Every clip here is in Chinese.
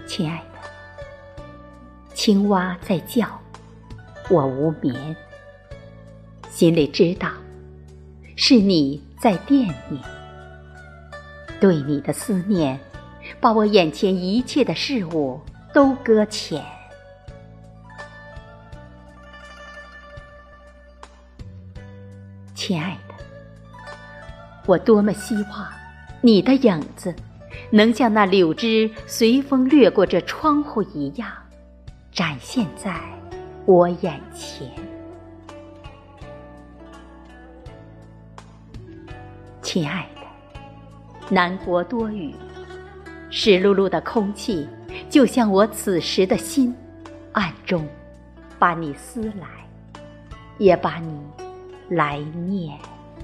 亲爱的，青蛙在叫，我无眠，心里知道是你在惦念。对你的思念，把我眼前一切的事物都搁浅。亲爱的，我多么希望你的影子能像那柳枝随风掠过这窗户一样，展现在我眼前。亲爱的，南国多雨，湿漉漉的空气就像我此时的心，暗中把你思来，也把你来念。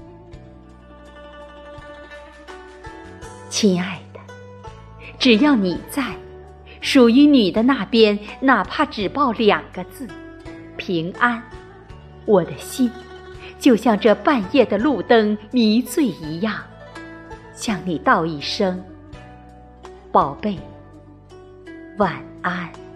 亲爱的，只要你在，属于你的那边，哪怕只报2个字，平安，我的心就像这半夜的路灯迷醉一样，向你道一声，宝贝，晚安。